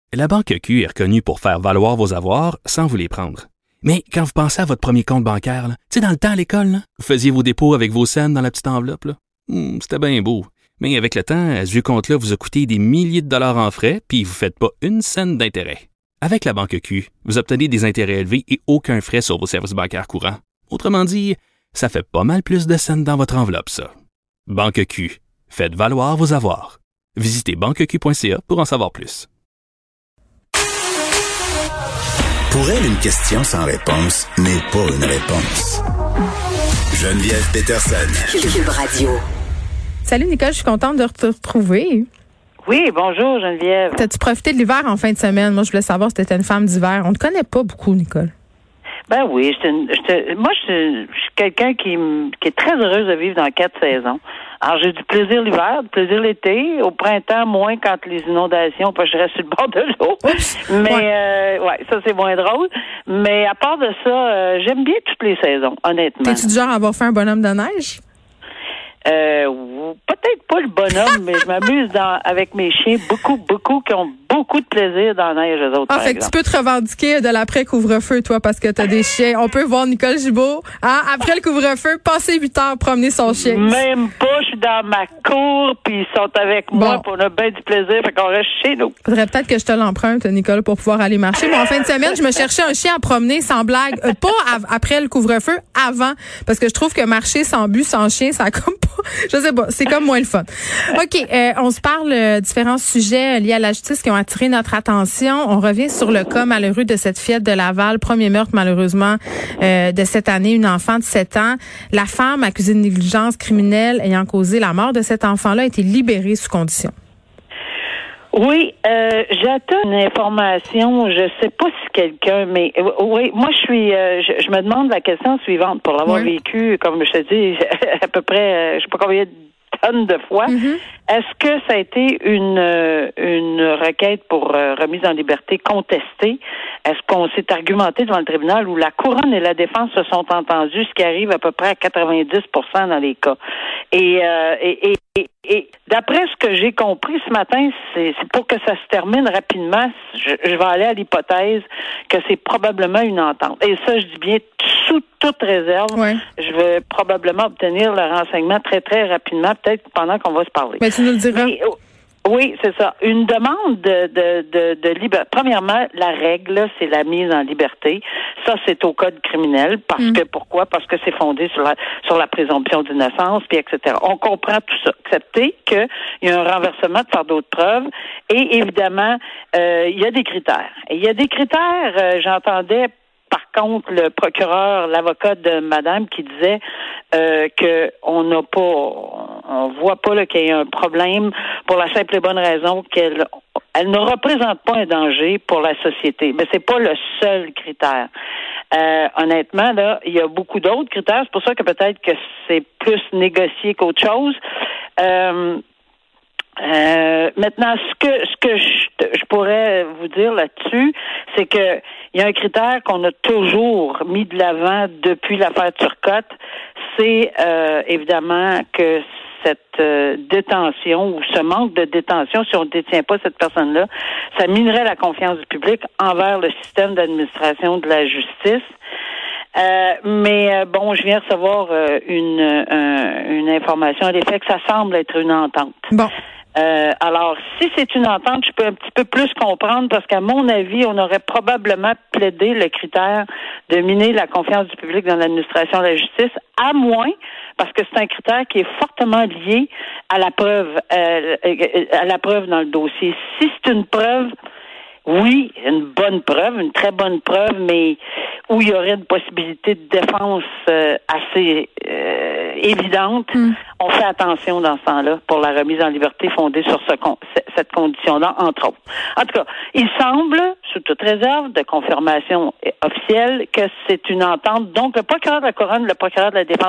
La Banque Q est reconnue pour faire valoir vos avoirs sans vous les prendre. Mais quand vous pensez à votre premier compte bancaire, tu sais, dans le temps à l'école, là, vous faisiez vos dépôts avec vos scènes dans la petite enveloppe. Là. C'était bien beau. Mais avec le temps, ce vieux compte-là vous a coûté des milliers de dollars en frais, puis vous ne faites pas une scène d'intérêt. Avec la Banque Q, vous obtenez des intérêts élevés et aucun frais sur vos services bancaires courants. Autrement dit, ça fait pas mal plus de scènes dans votre enveloppe, ça. Banque Q. Faites valoir vos avoirs. Visitez banqueq.ca pour en savoir plus. Pour elle, une question sans réponse n'est pas une réponse. Geneviève Peterson. Cube Radio. Salut Nicole, je suis contente de te retrouver. Oui, bonjour Geneviève. T'as-tu profité de l'hiver en fin de semaine? Moi, je voulais savoir si t'étais une femme d'hiver. On ne te connaît pas beaucoup, Nicole. Ben oui, moi je suis quelqu'un qui est très heureuse de vivre dans 4 saisons. Alors j'ai du plaisir l'hiver, du plaisir l'été, au printemps moins quand les inondations, parce que je reste sur le bord de l'eau. Mais ouais, ça c'est moins drôle. Mais à part de ça, j'aime bien toutes les saisons, honnêtement. T'es-tu du genre à avoir fait un bonhomme de neige? Peut-être pas le bonhomme, mais je m'amuse avec mes chiens, beaucoup qui ont beaucoup de plaisir dans la neige, eux autres. Ah, fait que tu peux te revendiquer de l'après-couvre-feu, toi, parce que t'as des chiens. On peut voir Nicole Gibault, après le couvre-feu, passer 8 heures promener son chien. Même pas, je suis dans ma cour, puis ils sont avec moi, puis on a bien du plaisir, fait qu'on reste chez nous. Faudrait peut-être que je te l'emprunte, Nicole, pour pouvoir aller marcher. Moi, en fin de semaine, je me cherchais un chien à promener, sans blague. Pas après le couvre-feu, avant, parce que je trouve que marcher sans but, sans chien, ça a comme pas, je sais pas, c'est comme moins le fun. OK, on se parle différents sujets liés à la justice qui ont attiré notre attention. On revient sur le cas malheureux de cette fillette de Laval, premier meurtre malheureusement de cette année, une enfant de 7 ans. La femme accusée de négligence criminelle ayant causé la mort de cet enfant-là a été libérée sous condition. Oui, j'attends une information, je sais pas si quelqu'un, mais oui, moi je me demande la question suivante pour l'avoir vécu, comme je te dis, à peu près, je sais pas combien de tonnes de fois. Est-ce que ça a été une requête pour remise en liberté contestée? Est-ce qu'on s'est argumenté devant le tribunal où la couronne et la défense se sont entendus, ce qui arrive à peu près à 90% dans les cas? Et d'après ce que j'ai compris ce matin, c'est pour que ça se termine rapidement, je vais aller à l'hypothèse que c'est probablement une entente. Et ça, je dis bien sous toute réserve. Je vais probablement obtenir le renseignement très, très rapidement, peut-être pendant qu'on va se parler. Mais tu nous le diras. Oui, c'est ça. Une demande de liberté. Premièrement, la règle, c'est la mise en liberté. Ça, c'est au code criminel. Pourquoi? Parce que c'est fondé sur la présomption d'innocence, puis etc. On comprend tout ça. Accepter qu'il y a un renversement de fardeau de preuve. Et évidemment, il y a des critères. Et il y a des critères, j'entendais par contre le procureur, l'avocat de madame qui disait que on voit pas là, qu'il y a un problème pour la simple et bonne raison qu'elle ne représente pas un danger pour la société. Mais c'est pas le seul critère. Honnêtement, là, il y a beaucoup d'autres critères. C'est pour ça que peut-être que c'est plus négocié qu'autre chose. Maintenant, ce que je pourrais vous dire là-dessus, c'est que il y a un critère qu'on a toujours mis de l'avant depuis l'affaire Turcotte, c'est évidemment que cette détention ou ce manque de détention, si on ne détient pas cette personne-là, ça minerait la confiance du public envers le système d'administration de la justice. Mais bon, je viens recevoir une information à l'effet que ça semble être une entente. Bon. Alors, si c'est une entente, je peux un petit peu plus comprendre parce qu'à mon avis, on aurait probablement plaidé le critère de miner la confiance du public dans l'administration de la justice, à moins, parce que c'est un critère qui est fortement lié à la preuve dans le dossier. Si c'est une preuve, oui, une bonne preuve, une très bonne preuve, mais où il y aurait une possibilité de défense assez évidente, on fait attention dans ce temps-là pour la remise en liberté fondée sur cette condition-là, entre autres. En tout cas, il semble, sous toute réserve de confirmation officielle, que c'est une entente. Donc, le procureur de la Couronne, le procureur de la Défense, pour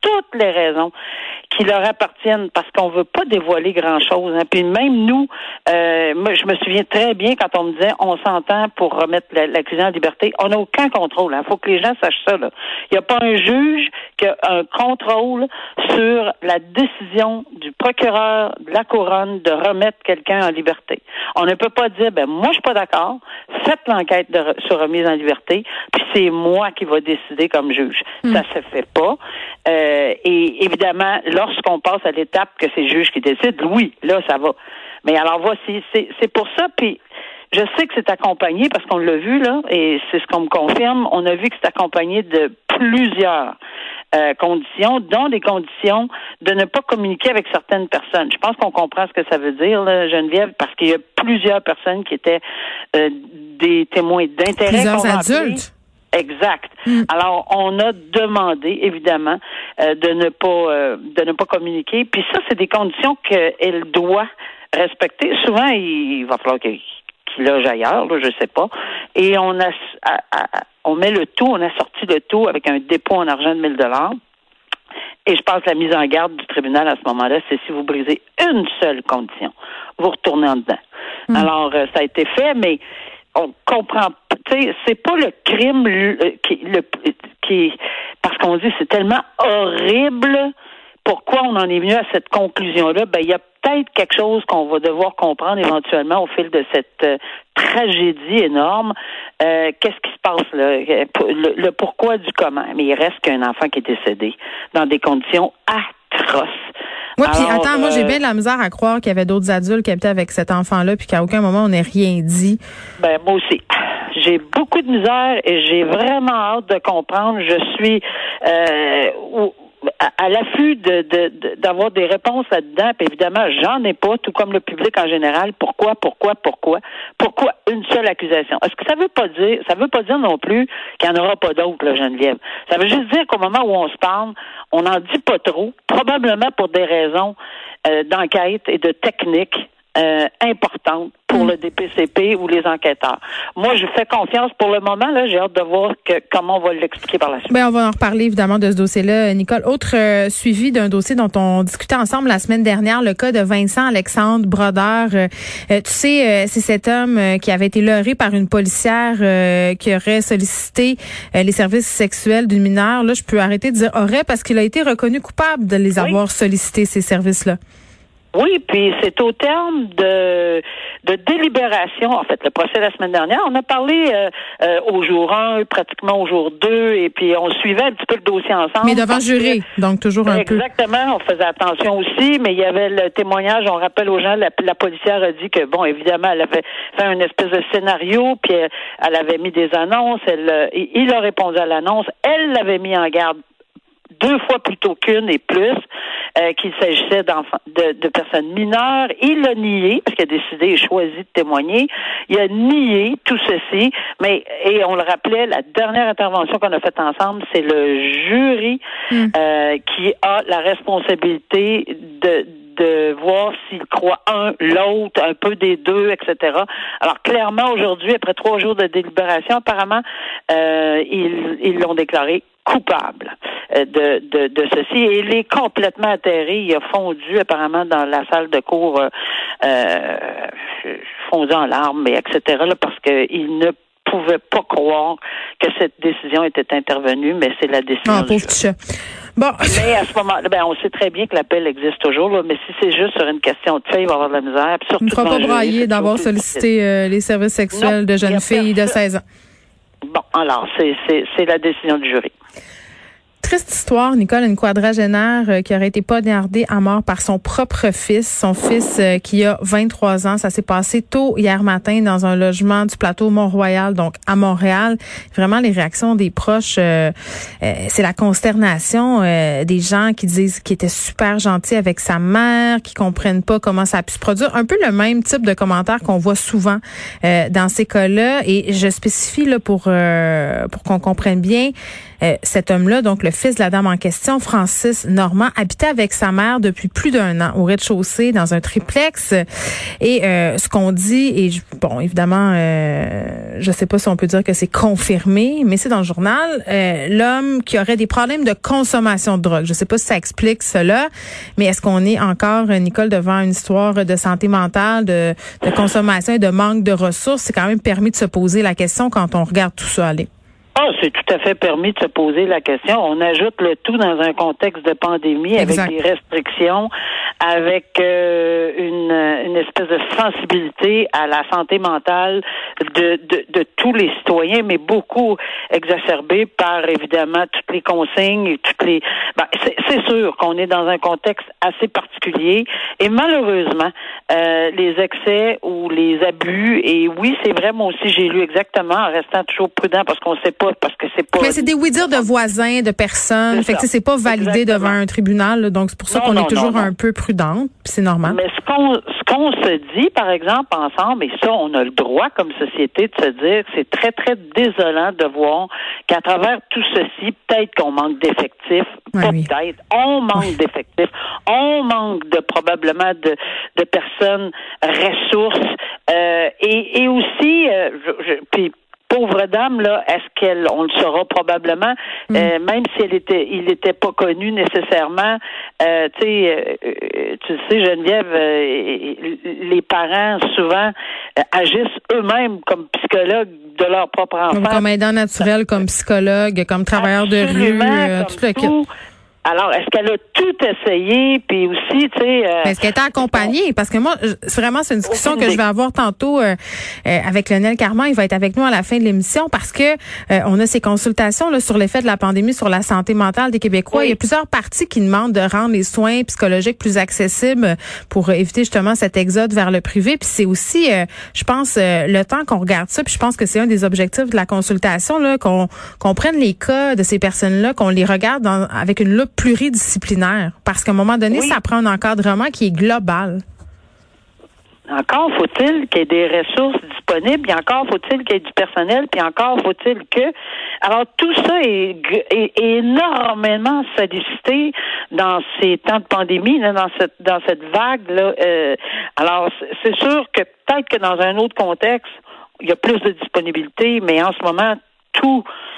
toutes les raisons qui leur appartiennent parce qu'on veut pas dévoiler grand-chose. Hein. Puis même nous, moi, je me souviens très bien quand on me disait on s'entend pour remettre l'accusé en liberté. On n'a aucun contrôle. Il faut que les gens sachent ça. Il n'y a pas un juge qui a un contrôle sur la décision du procureur de la couronne de remettre quelqu'un en liberté. On ne peut pas dire moi je suis pas d'accord, faites l'enquête sur remise en liberté, puis c'est moi qui va décider comme juge. Ça se fait pas. Et évidemment, lorsqu'on passe à l'étape que c'est le juge qui décide, oui, là, ça va. Mais alors, voici, c'est pour ça, puis je sais que c'est accompagné, parce qu'on l'a vu, là, et c'est ce qu'on me confirme, on a vu que c'est accompagné de plusieurs conditions, dont des conditions de ne pas communiquer avec certaines personnes. Je pense qu'on comprend ce que ça veut dire, là, Geneviève, parce qu'il y a plusieurs personnes qui étaient des témoins d'intérêt. Plusieurs adultes. Exact. Alors, on a demandé, évidemment, de ne pas communiquer. Puis ça, c'est des conditions qu'elle doit respecter. Souvent, il va falloir qu'il loge ailleurs, là, je sais pas. Et on met le tout, on a sorti le tout avec un dépôt en argent de 1 000 $. Et je pense que la mise en garde du tribunal à ce moment-là, c'est si vous brisez une seule condition, vous retournez en dedans. Alors, ça a été fait, mais on comprend, tu sais, c'est pas le crime qui parce qu'on dit c'est tellement horrible. Pourquoi on en est venu à cette conclusion-là? Il y a peut-être quelque chose qu'on va devoir comprendre éventuellement au fil de cette tragédie énorme. Qu'est-ce qui se passe là? Le pourquoi du comment. Mais il reste qu'un enfant qui est décédé dans des conditions atroces. Oui, puis attends, moi j'ai bien de la misère à croire qu'il y avait d'autres adultes qui habitaient avec cet enfant-là, puis qu'à aucun moment on n'ait rien dit. Moi aussi. J'ai beaucoup de misère et j'ai vraiment hâte de comprendre. Je suis à l'affût d'avoir des réponses là-dedans. Puis évidemment, j'en ai pas, tout comme le public en général. Pourquoi une seule accusation? Est-ce que ça veut pas dire non plus qu'il n'y en aura pas d'autres, là, Geneviève? Ça veut juste dire qu'au moment où on se parle, on n'en dit pas trop, probablement pour des raisons d'enquête et de technique importantes pour le DPCP ou les enquêteurs. Moi, je fais confiance pour le moment. Là, j'ai hâte de voir comment on va l'expliquer par la suite. On va en reparler évidemment de ce dossier-là, Nicole. Autre suivi d'un dossier dont on discutait ensemble la semaine dernière, le cas de Vincent Alexandre Brodeur. Tu sais, c'est cet homme qui avait été leurré par une policière qui aurait sollicité les services sexuels d'une mineure. Là, je peux arrêter de dire aurait parce qu'il a été reconnu coupable de les avoir sollicités, ces services-là. Oui, puis c'est au terme de délibération, en fait, le procès la semaine dernière. On a parlé au jour 1, pratiquement au jour 2, et puis on suivait un petit peu le dossier ensemble. Mais devant jury, donc toujours un peu. Exactement, on faisait attention aussi, mais il y avait le témoignage, on rappelle aux gens, la policière a dit que, évidemment, elle avait fait une espèce de scénario, puis elle avait mis des annonces, il a répondu à l'annonce, elle l'avait mis en garde 2 fois plutôt qu'une et plus, qu'il s'agissait de personnes mineures. Il a nié, parce qu'il a décidé et choisi de témoigner. Il a nié tout ceci, et on le rappelait, la dernière intervention qu'on a faite ensemble, c'est le jury qui a la responsabilité de voir s'il croit l'autre, un peu des deux, etc. Alors, clairement, aujourd'hui, après 3 jours de délibération, apparemment, ils l'ont déclaré coupable de ceci. Et il est complètement atterré. Il a fondu, apparemment, dans la salle de cours, fondu en larmes, etc., là, parce qu'il ne pouvait pas croire que cette décision était intervenue, mais c'est la décision du jury. Bon. Mais à ce moment-là, on sait très bien que l'appel existe toujours, là, mais si c'est juste sur une question de fait, il va y avoir de la misère. Puis surtout, il ne fera pas brailler d'avoir sollicité les services sexuels de jeunes filles de 16 ans. Bon, alors, c'est la décision du jury. Triste histoire, Nicole, une quadragénaire qui aurait été poignardée à mort par son propre fils, son fils qui a 23 ans. Ça s'est passé tôt hier matin dans un logement du plateau Mont-Royal, donc à Montréal. Vraiment, les réactions des proches, c'est la consternation des gens qui disent qu'il était super gentil avec sa mère, qui comprennent pas comment ça a pu se produire. Un peu le même type de commentaires qu'on voit souvent dans ces cas-là. Et je spécifie là pour qu'on comprenne bien. Cet homme-là, donc le fils de la dame en question, Francis Normand, habitait avec sa mère depuis plus d'1 an au rez-de-chaussée dans un triplex. Et ce qu'on dit, et bon, évidemment, je sais pas si on peut dire que c'est confirmé, mais c'est dans le journal, l'homme qui aurait des problèmes de consommation de drogue. Je sais pas si ça explique cela, mais est-ce qu'on est encore, Nicole, devant une histoire de santé mentale, de consommation et de manque de ressources? C'est quand même permis de se poser la question quand on regarde tout ça aller. Ah, c'est tout à fait permis de se poser la question. On ajoute le tout dans un contexte de pandémie, exact, avec des restrictions, avec une espèce de sensibilité à la santé mentale de tous les citoyens, mais beaucoup exacerbée par évidemment toutes les consignes et toutes les. C'est sûr qu'on est dans un contexte assez particulier et malheureusement les excès ou les abus, et oui, c'est vrai, moi aussi j'ai lu exactement en restant toujours prudent parce qu'on sait pas. Parce que c'est pas. Mais c'est des oui-dire de voisins, de personnes. Fait que c'est pas validé exactement devant un tribunal, là, donc c'est pour ça qu'on est toujours un peu prudente, puis c'est normal. Mais ce qu'on se dit, par exemple, ensemble, et ça, on a le droit comme société de se dire, c'est très, très désolant de voir qu'à travers tout ceci, peut-être qu'on manque d'effectifs, peut-être, on manque d'effectifs, on manque probablement de personnes ressources, et aussi, puis pauvre dame, là, on le saura probablement, même si il était pas connu nécessairement, tu sais, Geneviève, les parents souvent agissent eux-mêmes comme psychologues de leur propre enfant. Comme aidant naturel, comme psychologue, comme travailleur de rue, tout le kit. Alors, est-ce qu'elle a tout essayé, puis aussi, tu sais... est-ce qu'elle était accompagnée? Parce que moi, c'est une discussion que je vais avoir tantôt avec Lionel Carman. Il va être avec nous à la fin de l'émission parce que on a ces consultations là sur l'effet de la pandémie sur la santé mentale des Québécois. Oui. Il y a plusieurs partis qui demandent de rendre les soins psychologiques plus accessibles pour éviter justement cet exode vers le privé. Puis c'est aussi, je pense, le temps qu'on regarde ça, puis je pense que c'est un des objectifs de la consultation, là, qu'on prenne les cas de ces personnes-là, qu'on les regarde avec une loupe pluridisciplinaire, parce qu'à un moment donné, ça prend un encadrement qui est global. Encore faut-il qu'il y ait des ressources disponibles, puis encore faut-il qu'il y ait du personnel, puis encore faut-il que... Alors, tout ça est énormément sollicité dans ces temps de pandémie, là, dans cette vague-là. Alors, c'est sûr que peut-être que dans un autre contexte, il y a plus de disponibilité, mais en ce moment, tous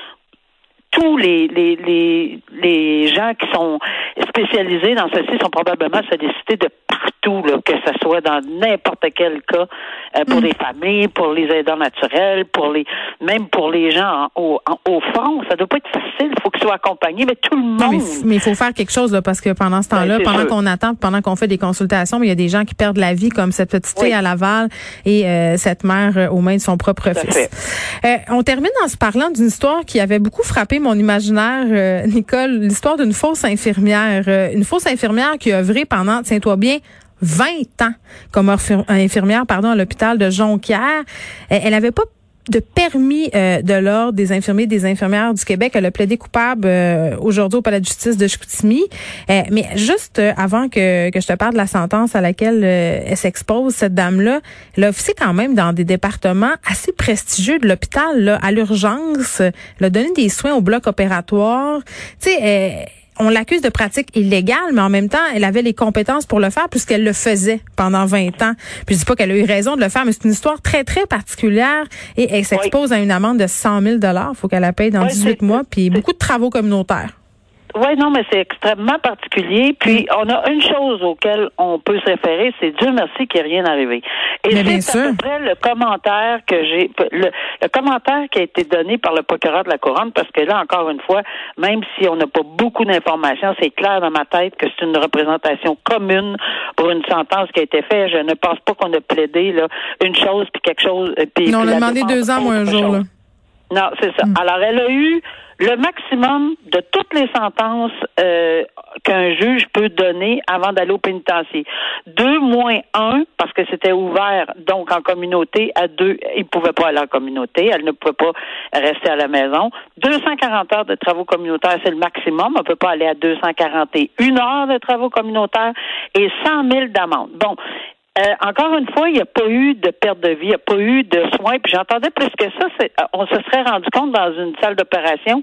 les gens qui sont spécialisés dans ceci sont probablement sollicités de partout, là, que ce soit dans n'importe quel cas, pour les familles, pour les aidants naturels, même pour les gens au front. Ça doit pas être facile, il faut qu'ils soient accompagnés, mais tout le monde. Non, mais il faut faire quelque chose, là, parce que pendant ce temps-là, pendant qu'on attend, pendant qu'on fait des consultations, il y a des gens qui perdent la vie, comme cette petite fille à Laval et cette mère aux mains de son propre fils. On termine en se parlant d'une histoire qui avait beaucoup frappé mon imaginaire, Nicole, l'histoire d'une fausse infirmière. Une fausse infirmière qui a œuvré pendant, tiens-toi bien, 20 ans comme infirmière à l'hôpital de Jonquière. Elle n'avait pas de permis de l'Ordre des infirmiers et des infirmières du Québec. Elle a plaidé coupable aujourd'hui au palais de justice de Chicoutimi. Mais juste avant que je te parle de la sentence à laquelle elle s'expose, cette dame-là, elle a officié quand même dans des départements assez prestigieux de l'hôpital, là, à l'urgence. Elle a donné des soins au bloc opératoire. Tu sais, on l'accuse de pratique illégale, mais en même temps, elle avait les compétences pour le faire puisqu'elle le faisait pendant 20 ans. Puis je dis pas qu'elle a eu raison de le faire, mais c'est une histoire très, très particulière et elle s'expose à une amende de 100 000 $. Faut qu'elle la paye dans 18 mois, puis beaucoup de travaux communautaires. Oui, non, mais c'est extrêmement particulier. Puis, on a une chose auquel on peut se référer, c'est Dieu merci qu'il n'y ait rien arrivé. Et mais c'est à peu près le commentaire que j'ai, le commentaire qui a été donné par le procureur de la Couronne, parce que là, encore une fois, même si on n'a pas beaucoup d'informations, c'est clair dans ma tête que c'est une représentation commune pour une sentence qui a été faite. Je ne pense pas qu'on a plaidé, là, une chose puis quelque chose. Puis non, on a demandé 2 ans ou un jour, là. Non, c'est ça. Alors, elle a eu le maximum de toutes les sentences qu'un juge peut donner avant d'aller au pénitencier. 2 moins 1, parce que c'était ouvert, donc en communauté, à 2, il ne pouvait pas aller en communauté, elle ne pouvait pas rester à la maison. 240 heures de travaux communautaires, c'est le maximum. On ne peut pas aller à 241 heures de travaux communautaires et 100 000 d'amende. Bon. encore une fois, il n'y a pas eu de perte de vie, il n'y a pas eu de soins. Puis j'entendais plus que ça, on se serait rendu compte dans une salle d'opération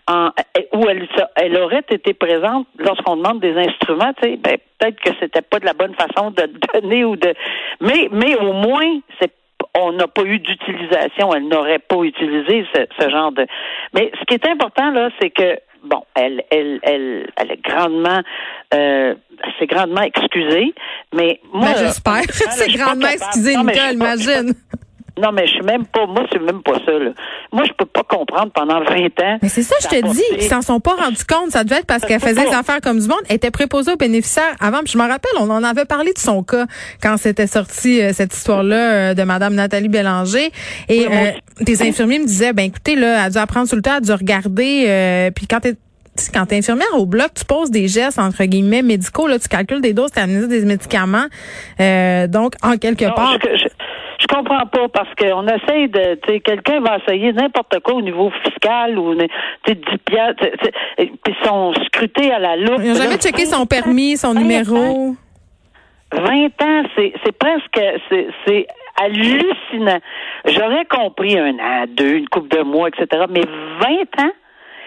où elle aurait été présente lorsqu'on demande des instruments. Tu sais, peut-être que c'était pas de la bonne façon de donner mais au moins on n'a pas eu d'utilisation. Elle n'aurait pas utilisé ce genre de. Mais ce qui est important là, c'est que bon, elle est grandement, c'est grandement excusée, mais moi, j'espère. C'est grandement excusée, Nicole, imagine. Non, mais je suis même pas, moi, c'est même pas ça, là. Moi, je peux pas comprendre pendant 20 ans. Mais c'est ça, je te dis, qu'ils s'en sont pas rendus compte. Ça devait être parce qu'elle faisait des affaires comme du monde. Elle était préposée aux bénéficiaires avant. Puis je me rappelle, on en avait parlé de son cas quand c'était sorti, cette histoire-là, de Madame Nathalie Bélanger. Et, des infirmiers me disaient, écoutez, là, elle a dû apprendre tout le temps, elle a dû regarder, puis quand t'es infirmière au bloc, tu poses des gestes, entre guillemets, médicaux, là, tu calcules des doses, tu administres des médicaments. Donc, en quelque part. Je comprends pas parce qu'on essaye de, tu sais, quelqu'un va essayer n'importe quoi au niveau fiscal ou, tu sais, 10 piastres, puis sont scrutés à la loupe. Ils n'ont jamais checké son permis, son numéro. 20 ans, c'est presque, c'est hallucinant. J'aurais compris 1 an, 2, une couple de mois, etc. Mais 20 ans?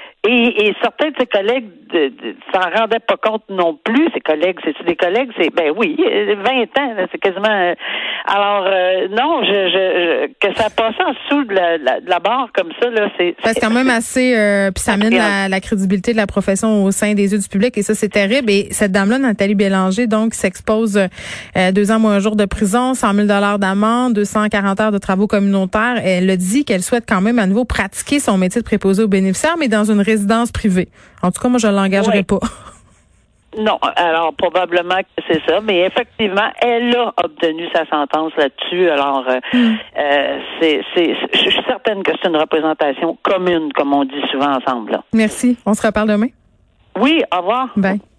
Et certains de ses collègues s'en rendaient pas compte non plus. Ses collègues, c'est-tu des collègues? Oui, 20 ans, là, c'est quasiment. Alors non, que ça passe en dessous de la barre comme ça, là, c'est quand même assez. Puis ça mène la crédibilité de la profession au sein des yeux du public, et ça c'est terrible. Et cette dame-là, Nathalie Bélanger, donc s'expose 2 ans moins un jour de prison, 100 000 $ d'amende, 240 heures de travaux communautaires. Elle a dit qu'elle souhaite quand même à nouveau pratiquer son métier de préposé aux bénéficiaires, mais dans une résidence privée. En tout cas, moi, je ne l'engagerai pas. Non, alors probablement que c'est ça, mais effectivement, elle a obtenu sa sentence là-dessus. Alors, je suis certaine que c'est une représentation commune, comme on dit souvent ensemble. Là. Merci. On se reparle demain. Oui, au revoir. Bye.